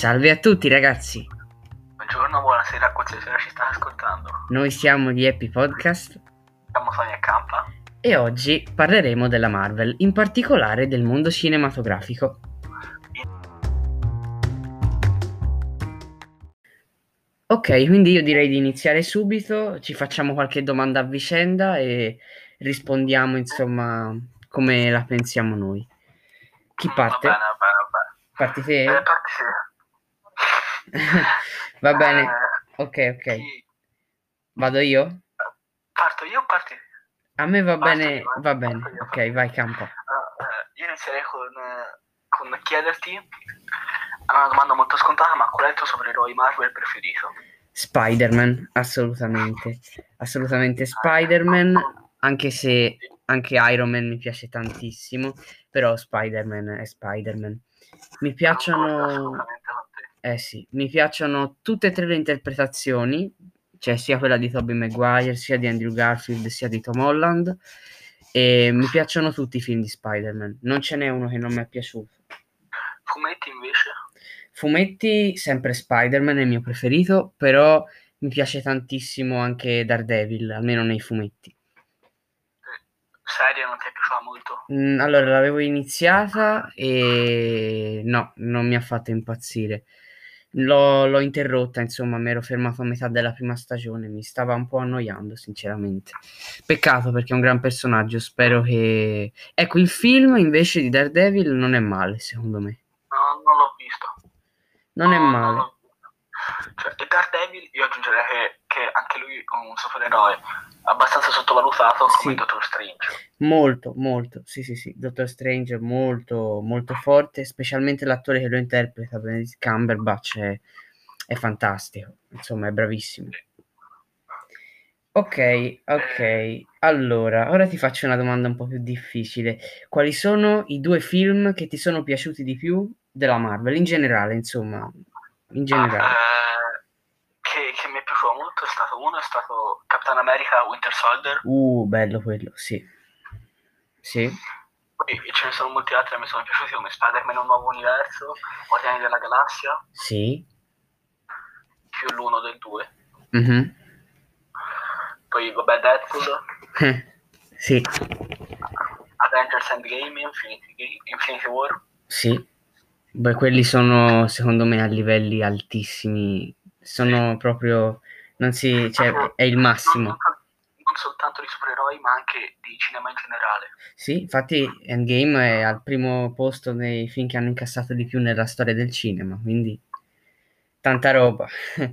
Salve a tutti ragazzi, Buongiorno, buonasera a qualsiasi ora ci state ascoltando. noi siamo gli Happy Podcast Siamo Tony e Campa. e oggi parleremo della Marvel, in particolare del mondo cinematografico. Ok, quindi io direi di iniziare subito, ci facciamo qualche domanda a vicenda e rispondiamo insomma come la pensiamo noi. Chi parte? Va bene. Parti te? Parti sì. Va bene, ok, Chi... vado io? Parto io o parti? A me va Parto bene, io, eh. va bene, Parto io. ok, vai Campa. Io inizierei con chiederti una domanda molto scontata, ma qual è il tuo supereroe Marvel preferito? Spider-Man, assolutamente Spider-Man, anche se anche Iron Man mi piace tantissimo, però Spider-Man è Spider-Man. Mi Concordo piacciono, assolutamente con te. sì, mi piacciono tutte e tre le interpretazioni, cioè sia quella di Tobey Maguire, sia di Andrew Garfield, sia di Tom Holland, e mi piacciono tutti i film di Spider-Man, non ce n'è uno che non mi è piaciuto. Fumetti invece? Fumetti, sempre Spider-Man è il mio preferito, però mi piace tantissimo anche Daredevil, almeno nei fumetti. Serie non ti è piaciuta molto? Allora, l'avevo iniziata e no, non mi ha fatto impazzire. L'ho interrotta, insomma, mi ero fermato a metà della prima stagione, mi stava un po' annoiando, sinceramente. Peccato perché è un gran personaggio, spero che... Ecco, il film invece di Daredevil non è male, secondo me. No, non l'ho visto. Non è Non male. l'ho Cioè, e Daredevil io aggiungerei che anche lui è un supereroe abbastanza sottovalutato come Sì. Doctor Strange. Molto, sì, Doctor Strange è molto forte, specialmente l'attore che lo interpreta, Benedict Cumberbatch, è fantastico, insomma, è bravissimo. Ok, allora, ora ti faccio una domanda un po' più difficile. Quali sono i due film che ti sono piaciuti di più della Marvel, in generale, insomma, in generale? Che mi è piaciuto molto è stato Capitan America Winter Soldier. Bello quello, sì. Sì, Poi ce ne sono molti altri che mi sono piaciuti come Spider-Man Un Nuovo Universo, Guardiani della Galassia, sì. più l'1 del 2. Mhm. Poi vabbè Deadpool, Sì, Avengers Endgame, Infinity War. sì. Beh, quelli sono secondo me a livelli altissimi, sono proprio, non si, cioè, è il massimo. Non soltanto di supereroi, ma anche di cinema in generale. Sì, infatti Endgame è al primo posto dei film che hanno incassato di più nella storia del cinema, quindi tanta roba,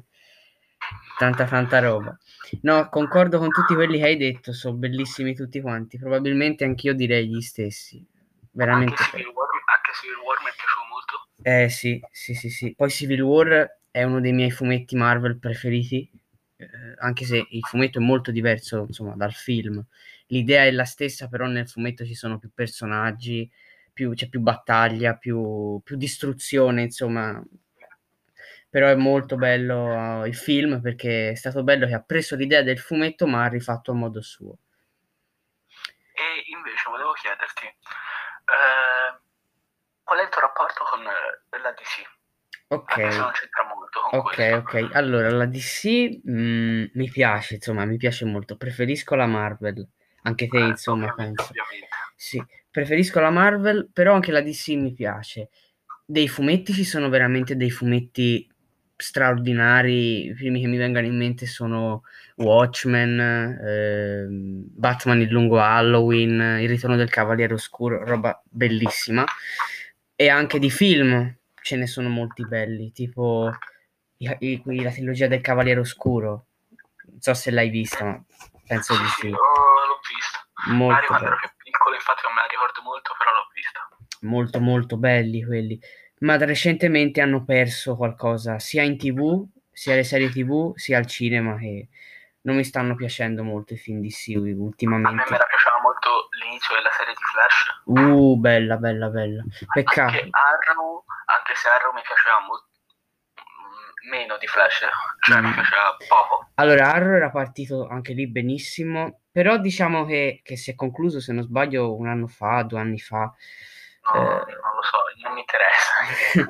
tanta roba. No, concordo con tutti quelli che hai detto, sono bellissimi tutti quanti, probabilmente anch'io direi gli stessi, veramente. Anche Civil War mi è piaciuto molto. Sì. Poi Civil War è uno dei miei fumetti Marvel preferiti, anche se il fumetto è molto diverso, insomma, dal film. L'idea è la stessa, però nel fumetto ci sono più personaggi, c'è più battaglia, più distruzione, insomma. Però è molto bello, il film perché è stato bello che ha preso l'idea del fumetto ma ha rifatto a modo suo. E invece volevo chiederti, qual è il tuo rapporto con la DC? Anche se non c'entra molto con questo. Ok. Allora, la DC mi piace, insomma, mi piace molto. Preferisco la Marvel, anche te, insomma, penso. Ovviamente. Sì, preferisco la Marvel, però anche la DC mi piace. Dei fumetti ci sono veramente dei fumetti straordinari. I primi che mi vengono in mente sono Watchmen, Batman il lungo Halloween, Il ritorno del Cavaliere Oscuro, roba bellissima. E anche di film ce ne sono molti belli, tipo la trilogia del Cavaliere Oscuro. Non so se l'hai vista, ma penso di sì. L'ho vista. Magari Molto quando ero belli. più piccolo, infatti non me la ricordo molto, però l'ho vista. Molto belli quelli. Ma recentemente hanno perso qualcosa sia in TV, sia le serie TV, sia al cinema, che non mi stanno piacendo molto i film di DC A me ultimamente. me la piaceva molto l'inizio della serie di Flash. Bella. Peccato. Anche se Arrow mi piaceva molto meno di Flash, cioè mi piaceva poco. Allora, Arrow era partito anche lì benissimo, però diciamo che si è concluso, se non sbaglio, un anno fa, 2 anni fa. Non lo so, non mi interessa.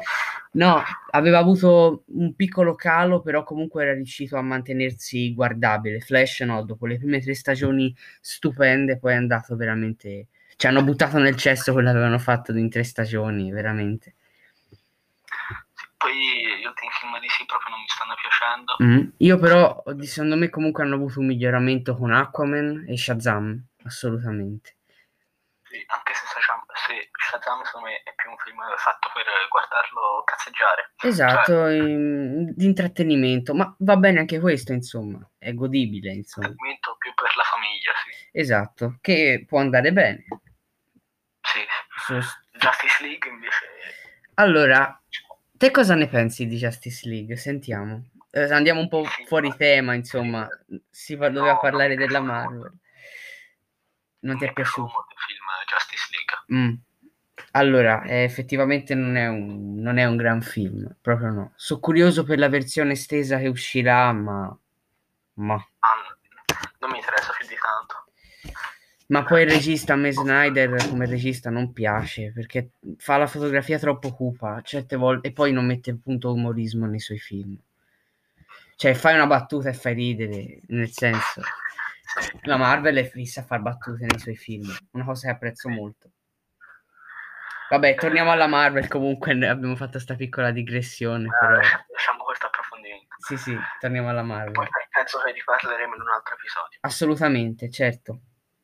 No, aveva avuto un piccolo calo, però comunque era riuscito a mantenersi guardabile. Flash no, dopo le prime 3 stagioni stupende, poi è andato veramente... Ci hanno buttato nel cesso quello che avevano fatto in 3 stagioni, veramente. Sì, poi gli ultimi film di sì proprio non mi stanno piacendo. Io però, secondo me comunque hanno avuto un miglioramento con Aquaman e Shazam, assolutamente. Sì, anche se Shazam secondo me è più un film fatto per guardarlo cazzeggiare. Cioè, Esatto, di intrattenimento, ma va bene anche questo, insomma, è godibile, insomma. segmento più per la famiglia, sì. Esatto, che può andare bene. Sì. Su- Justice League invece... Allora, te cosa ne pensi di Justice League? Sentiamo. Andiamo un Il po' film, fuori tema, il film, insomma, doveva no, non mi è parlare della piaciuto molto. Marvel. Non Non ti mi è è piaciuto piaciuto? molto il film Justice League. Mm. Allora, effettivamente non è un gran film, proprio no. Sono curioso per la versione estesa che uscirà, ma Ah, non mi interessa più di tanto. Ma poi il regista, a me Snyder come regista non piace perché fa la fotografia troppo cupa certe volte e poi non mette punto umorismo nei suoi film. Cioè, fai una battuta e fai ridere, nel senso, Sì, la Marvel è fissa a far battute nei suoi film, una cosa che apprezzo sì. molto. Vabbè, torniamo alla Eh, Marvel, comunque abbiamo fatto sta piccola digressione, però lasciamo questo approfondimento. sì, sì, torniamo alla E poi Marvel. penso che riparleremo in un altro episodio. Assolutamente, certo.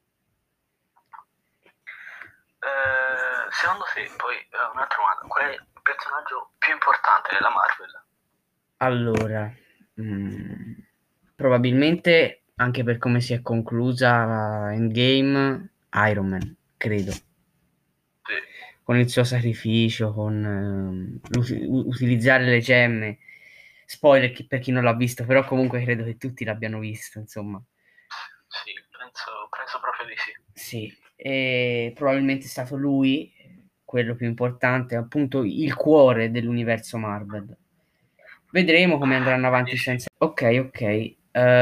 Secondo te, poi un'altra domanda, qual è il personaggio più importante della Marvel? Allora, mm, probabilmente anche per come si è conclusa Endgame, Iron Man, credo, Sì. con il suo sacrificio, con utilizzare le gemme. Spoiler per chi non l'ha visto, però comunque credo che tutti l'abbiano visto, insomma. Sì, penso proprio di sì. Sì, e probabilmente è stato lui quello più importante, appunto il cuore dell'universo Marvel. Vedremo come andranno Direi di avanti sì. senza... Ok, ok.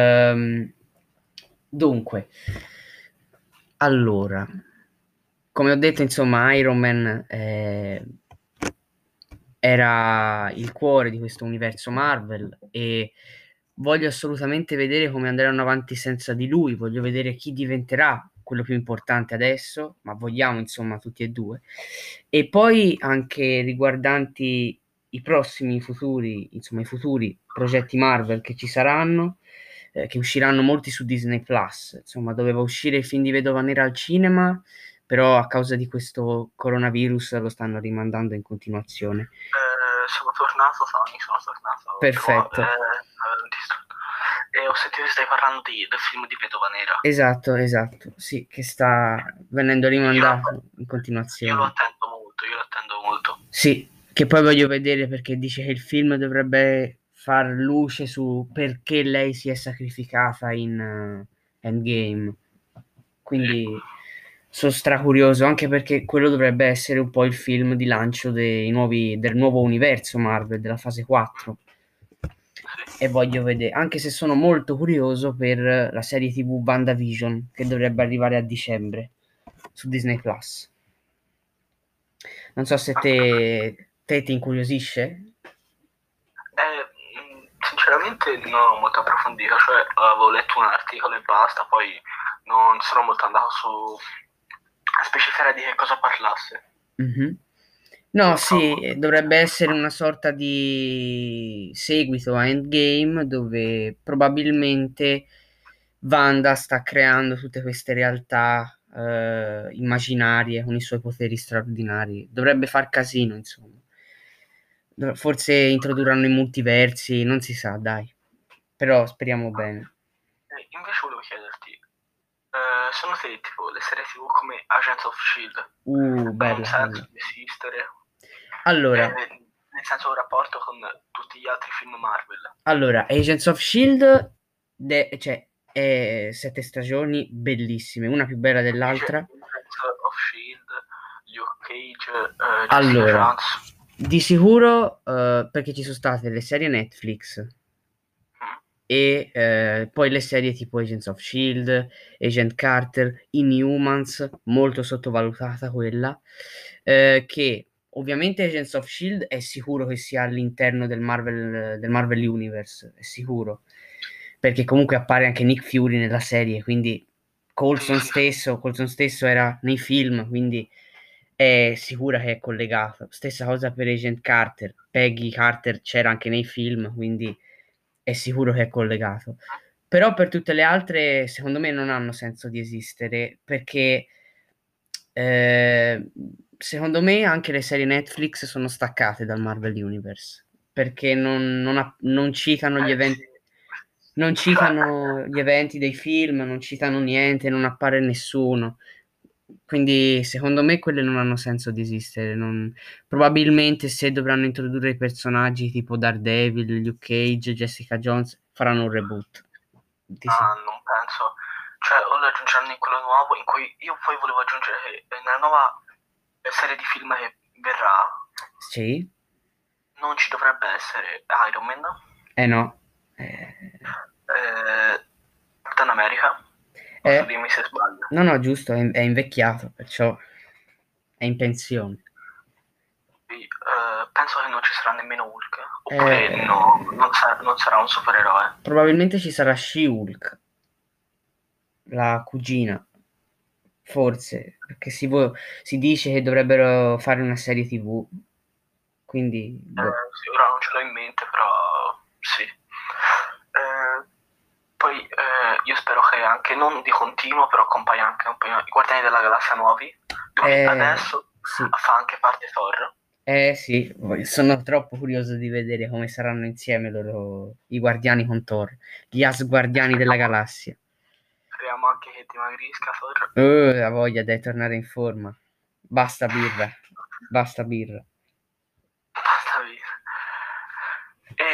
Dunque, allora, come ho detto, insomma, Iron Man era il cuore di questo universo Marvel e voglio assolutamente vedere come andranno avanti senza di lui, voglio vedere chi diventerà quello più importante adesso, ma vogliamo insomma tutti e due. E poi anche riguardanti i prossimi futuri, insomma i futuri progetti Marvel che ci saranno, che usciranno molti su Disney Plus, insomma doveva uscire il film di Vedova Nera al cinema, però a causa di questo coronavirus lo stanno rimandando in continuazione. Sono tornato, Tony, sono tornato. Perfetto. Distrutto. E ho sentito che stai parlando del film di Vedova Nera. Esatto, esatto, sì, che sta venendo Io lo, rimandato in io lo continuazione. attendo molto, io lo attendo molto. Sì, che poi voglio vedere perché dice che il film dovrebbe far luce su perché lei si è sacrificata in Endgame. Sì, Quindi sono stracurioso, anche perché quello dovrebbe essere un po' il film di lancio del nuovo universo Marvel, della fase 4. sì. E voglio vedere, anche se sono molto curioso per la serie TV WandaVision che dovrebbe arrivare a dicembre su Disney Plus. Non so se Anche per me. te ti incuriosisce. Sinceramente non ho molto approfondito, cioè avevo letto un articolo e basta, poi non sono molto andato a specificare di che cosa parlasse. Mhm. No, Non so sì, dovrebbe essere una sorta di seguito a Endgame dove probabilmente Wanda sta creando tutte queste realtà immaginarie con i suoi poteri straordinari. Dovrebbe far casino, insomma. Forse introdurranno i multiversi, non si sa, dai. Però speriamo bene. Invece volevo chiederti, sono te tipo le serie TV come Agents of Shield hanno un Bella, senso bella. di esistere? Allora, Nel senso un rapporto con tutti gli altri film Marvel. Agents of Shield, cioè, 7 stagioni bellissime, una più bella dell'altra. Agents of Shield, Luke Cage, Jessica Allora, Jones. di sicuro, perché ci sono state le serie Netflix Mm. e poi le serie tipo Agents of Shield, Agent Carter, Inhumans, molto sottovalutata quella, che ovviamente Agents of Shield è sicuro che sia all'interno del Marvel Universe, è sicuro, perché comunque appare anche Nick Fury nella serie, quindi Sì, sì, sì. Coulson stesso era nei film, quindi è sicura che è collegato. Stessa cosa per Agent Carter, Peggy Carter c'era anche nei film, quindi è sicuro che è collegato. Però per tutte le altre, secondo me, non hanno senso di esistere, perché eh, secondo me anche le serie Netflix sono staccate dal Marvel Universe, perché non citano gli Sì. eventi. Non citano gli eventi dei film, non citano niente, non appare nessuno. Quindi secondo me quelle non hanno senso di esistere. Probabilmente se dovranno introdurre i personaggi tipo Daredevil, Luke Cage, Jessica Jones, faranno un reboot. Ah, non penso. Cioè, o lo aggiungeranno in quello nuovo, in cui io poi volevo aggiungere che nella nuova serie di film che verrà Sì? non ci dovrebbe essere Iron Man, Eh no. Eh, Captain America, posso eh, dirmi se sbaglio. no, no, giusto, è invecchiato, perciò è in pensione. Poi, penso che non ci sarà nemmeno Hulk, oppure Eh, no, non sarà un supereroe. probabilmente ci sarà She-Hulk, la cugina. Forse, perché si dice che dovrebbero fare una serie TV, quindi boh. Sì, ora non ce l'ho in mente, però sì. Poi io spero che anche, non di continuo, però compaia anche un po' i Guardiani della Galassia nuovi, dove adesso Sì, fa anche parte Thor. sì, sono troppo curioso di vedere come saranno insieme loro, i guardiani con Thor, gli Asguardiani della Speriamo, Galassia. speriamo anche che dimagrisca Thor. La voglia di tornare in forma. Basta birra, basta birra. Basta via. E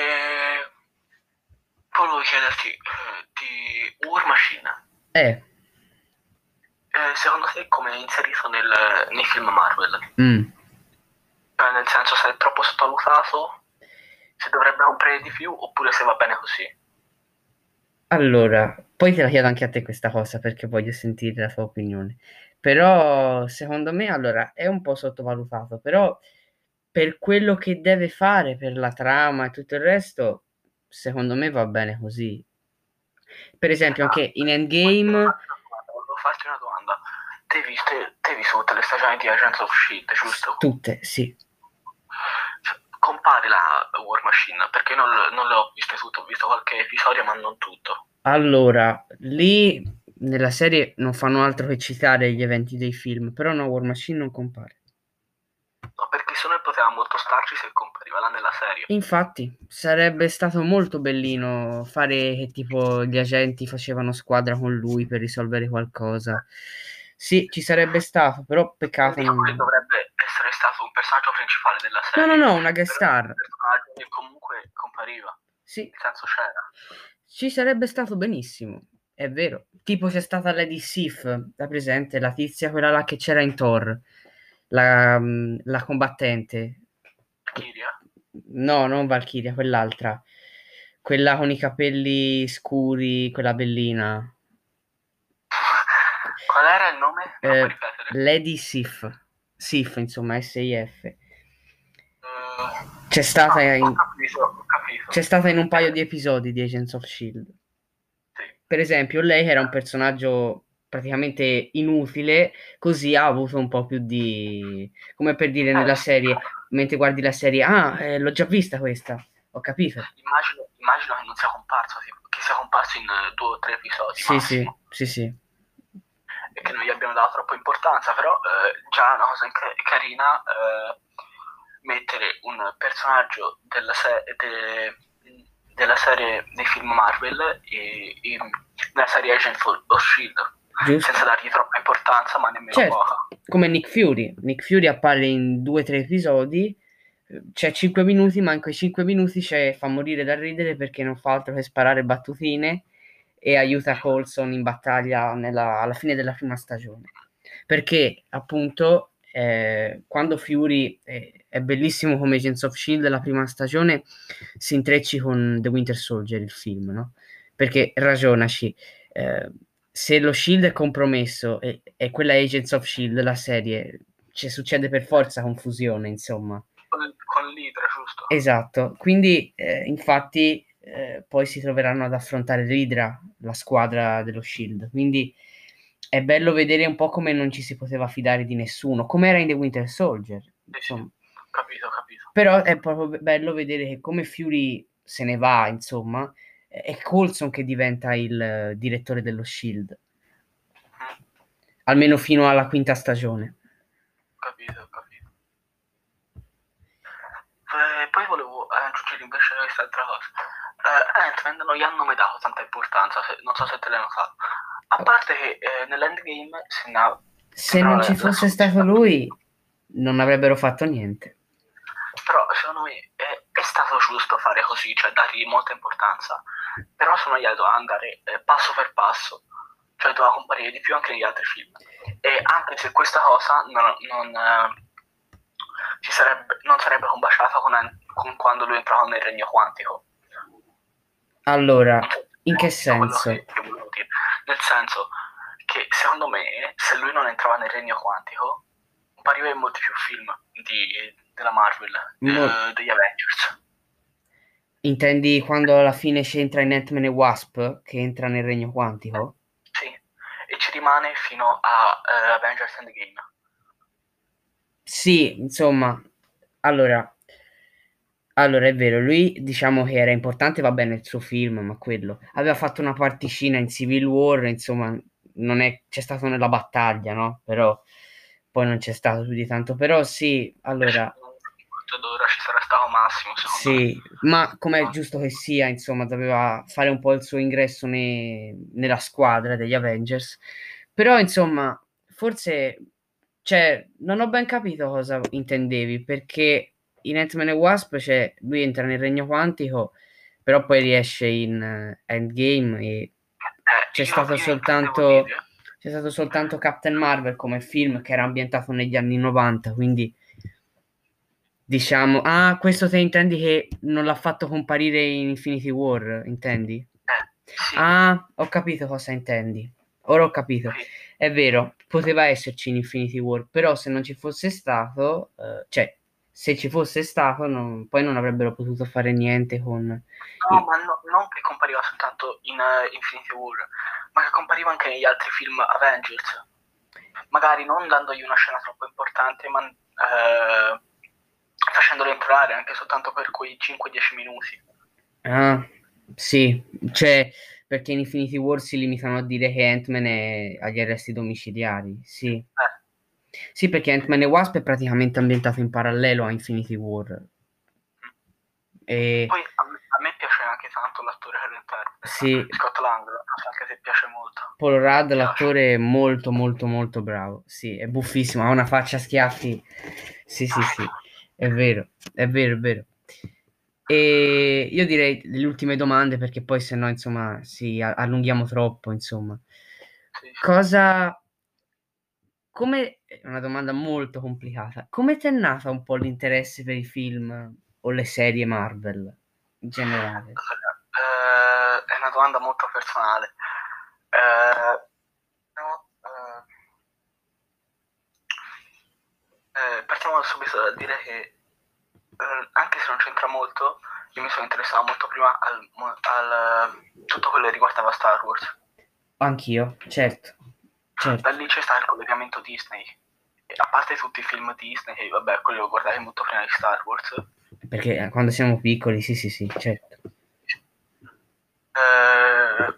poi volevo chiederti di War Machine. Eh, Secondo te come è inserito nei film Marvel? mm. Cioè, nel senso, se è troppo sottovalutato, se dovrebbe comprare di più, oppure se va bene così? Allora, poi te la chiedo anche a te questa cosa perché voglio sentire la tua opinione. Però, secondo me, allora, è un po' sottovalutato, però per quello che deve fare, per la trama e tutto il resto, secondo me va bene così. Per esempio, Ah, anche in volevo Endgame, farti una domanda, volevo farti una domanda. Te hai visto tutte le stagioni di Agents of Shield, giusto? tutte, sì. Compare la War Machine, perché non le ho viste tutte, ho visto qualche episodio, ma non tutto. Allora, lì nella serie non fanno altro che citare gli eventi dei film, però no, War Machine non compare. No, perché se no poteva molto starci se compariva là nella serie. Infatti, sarebbe stato molto bellino fare che tipo gli agenti facevano squadra con lui per risolvere qualcosa. Sì, ci sarebbe stato, però Non peccato dico che non. dovrebbe essere stato un personaggio principale della No, no, serie, no, una guest però è un star. personaggio che comunque compariva, Sì, nel senso c'era. ci sarebbe stato benissimo, è vero. Tipo c'è stata Lady Sif, la presente, la tizia quella là che c'era in Thor, la combattente. Kiria. No, non Valkyria, quell'altra. Quella con i capelli scuri, quella bellina. Qual era il nome? Me lo puoi ripetere? Lady Sif. Sif, insomma, SIF. C'è No, stata ho in, capito, ho capito. c'è stata in un paio Eh, di episodi di Agents of Shield. sì. Per esempio, lei era un personaggio praticamente inutile, così ha avuto un po' più di. Come per dire nella Sì. serie, mentre guardi la serie, l'ho già vista questa, ho capito. Immagino che non sia comparso, tipo, che sia comparso in 2 o 3 episodi Sì, sì, massimo, sì, sì. e che non gli abbiano dato troppa importanza, però già è una cosa carina mettere un personaggio della serie dei film Marvel nella serie Agent of Shield, Giusto? senza dargli troppa importanza, ma nemmeno Certo, poca. come Nick Fury. Nick Fury appare in 2 o 3 episodi, c'è 5 minuti, ma in quei 5 minuti fa morire da ridere perché non fa altro che sparare battutine e aiuta Coulson in battaglia alla fine della prima stagione. Perché appunto quando Fury è bellissimo come Agents of Shield, la prima stagione si intrecci con The Winter Soldier, il film, no? Perché ragionaci, se lo Shield è compromesso e quella Agents of Shield, la serie, succede per forza confusione, insomma. Con l'Idra, giusto? Esatto, quindi infatti poi si troveranno ad affrontare l'Hydra, la squadra dello Shield, quindi è bello vedere un po' come non ci si poteva fidare di nessuno, come era in The Winter Soldier, Sì, sì, insomma. capito, capito. Però è proprio bello vedere che come Fury se ne va, insomma, è Coulson che diventa il direttore dello Shield, Mm, almeno fino alla quinta stagione. capito, capito. Poi volevo aggiungere invece quest'altra cosa. Ant-Man non gli hanno mai dato tanta importanza, non so se te l'hai notato. A parte che nell'endgame Se non sembrava ci la fosse stato soluzione. lui, non avrebbero fatto niente. Però secondo me è stato giusto fare così, cioè dargli molta importanza. Però sono gli doveva andare passo per passo, cioè doveva comparire di più anche negli altri film. E anche se questa cosa non sarebbe combaciata con quando lui entrava nel regno quantico. Allora, Non so se in che hai capito quello senso? che volevo dire. Nel senso che secondo me se lui non entrava nel regno quantico compariva in molti più film della Marvel, Mo- degli Avengers. Intendi quando alla fine c'entra in Ant-Man e Wasp, che entra nel regno quantico? Sì, e ci rimane fino a Avengers Endgame. Sì, insomma, allora, allora è vero, lui diciamo che era importante, va bene il suo film, ma quello aveva fatto una particina in Civil War, insomma, non è, c'è stato nella battaglia, no? Però poi non c'è stato più di tanto, però sì, Invece allora. d'ora ci sarà stato Massimo, secondo me. Sì, ma come è No. giusto che sia, insomma, doveva fare un po' il suo ingresso nella squadra degli Avengers. Però, insomma, forse, cioè, non ho ben capito cosa intendevi, perché in Ant-Man e Wasp, cioè, lui entra nel regno quantico, però poi riesce in Endgame e c'è stato Io intendevo dire, c'è stato soltanto Captain Marvel come film che era ambientato negli anni 90, quindi diciamo, ah, questo te intendi che non l'ha fatto comparire in Infinity War, intendi? sì, Ah, ho capito cosa intendi. Ora ho capito. sì. È vero, poteva esserci in Infinity War, però se non ci fosse stato, cioè, se ci fosse stato, poi non avrebbero potuto fare niente con. No, ma non che compariva soltanto in Infinity War, ma che compariva anche negli altri film Avengers. Magari non dandogli una scena troppo importante, ma facendolo entrare anche soltanto per quei 5-10 minuti. Ah, sì, cioè, perché in Infinity War si limitano a dire che Ant-Man è agli arresti domiciliari, sì. Sì, perché Ant-Man e Wasp è praticamente ambientato in parallelo a Infinity War. E Poi a me piace anche tanto l'attore che lo interpreta, sì, Scott Lang, anche se piace molto. Paul Rudd, Mi piace. l'attore, è molto, molto, molto bravo. Sì, è buffissimo, ha una faccia a schiaffi. Sì, sì, sì, è vero, è vero, è vero. E io direi le ultime domande perché poi se no, insomma, allunghiamo troppo, insomma. Sì, sì. Cosa, come, è una domanda molto complicata, come ti è nata un po' l'interesse per i film o le serie Marvel in generale? È una domanda molto personale. Eh, no, partiamo subito dal dire che anche se non c'entra molto, io mi sono interessato molto prima al tutto quello che riguardava Star Wars. Anch'io, certo, Da certo. lì c'è stato il collegamento Disney. E a parte tutti i film Disney, che vabbè, quelli lo guardai molto prima di Star Wars. Perché quando siamo piccoli, sì, sì, sì, certo. Eh,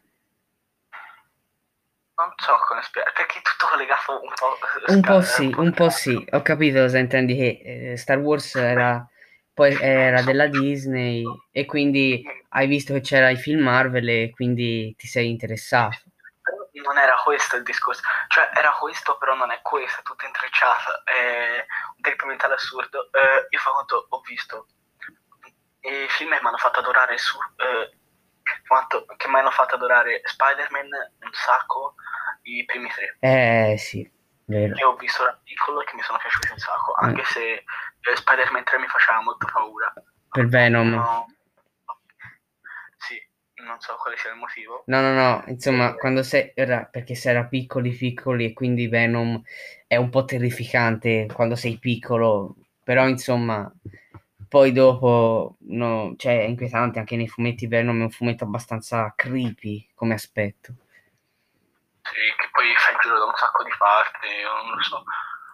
non so come spiegare, perché è tutto collegato un po', un po' Un po' sì, ho capito cosa intendi, che Star Wars era, poi era della Disney e quindi hai visto che c'era i film Marvel e quindi ti sei interessato. Però non era questo il discorso, cioè era questo però non è questo, è tutto intrecciato, è un trip mentale assurdo. Io fa conto ho visto i film che mi hanno fatto adorare che mi hanno fatto adorare Spider-Man un sacco, i primi tre, Sì, vero. che ho visto da piccolo e che mi sono piaciuti un sacco, Ah, anche se Spider-Man 3 mi faceva molto paura. per Venom. No, sì, non so quale sia il motivo. No, insomma, quando perché si era piccoli e quindi Venom è un po' terrificante quando sei piccolo, però insomma, poi dopo, no, cioè è inquietante anche nei fumetti. Venom è un fumetto abbastanza creepy come aspetto. Sì, che poi fa il giro da un sacco di parti, io non lo so.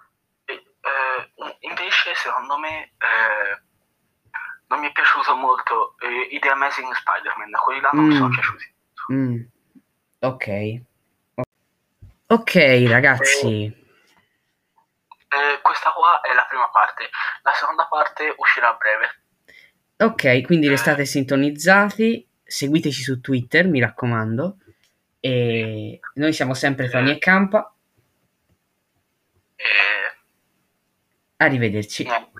Invece, secondo me, non mi è piaciuto molto The Amazing Spider-Man, quelli là non mi sono piaciuti. Ok. Ok, ragazzi. Questa qua è la prima parte, la seconda parte uscirà a breve. Ok, quindi restate sintonizzati, seguiteci su Twitter, mi raccomando. E noi siamo sempre Tony e Campa. E Arrivederci. niente.